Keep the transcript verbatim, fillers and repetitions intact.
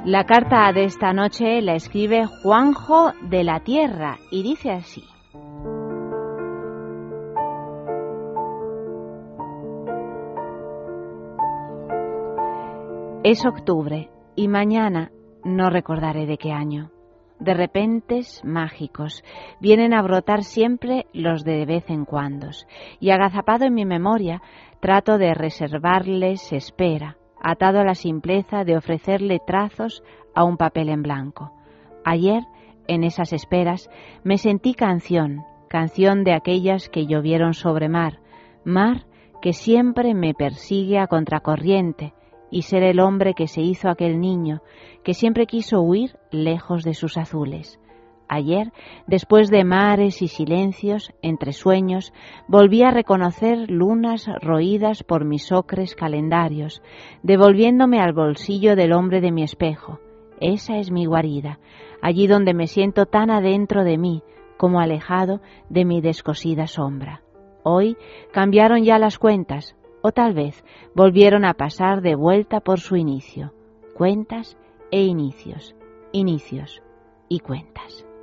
La carta de esta noche la escribe Juanjo de la Tierra y dice así. Es octubre y mañana no recordaré de qué año. De repentes mágicos vienen a brotar siempre los de vez en cuando, y agazapado en mi memoria trato de reservarles espera, atado a la simpleza de ofrecerle trazos a un papel en blanco. Ayer, en esas esperas, me sentí canción, canción de aquellas que llovieron sobre mar, mar que siempre me persigue a contracorriente, y ser el hombre que se hizo aquel niño, que siempre quiso huir lejos de sus azules. Ayer, después de mares y silencios, entre sueños, volví a reconocer lunas roídas por mis ocres calendarios, devolviéndome al bolsillo del hombre de mi espejo. Esa es mi guarida, allí donde me siento tan adentro de mí, como alejado de mi descosida sombra. Hoy cambiaron ya las cuentas, o tal vez volvieron a pasar de vuelta por su inicio. Cuentas e inicios, inicios y cuentas.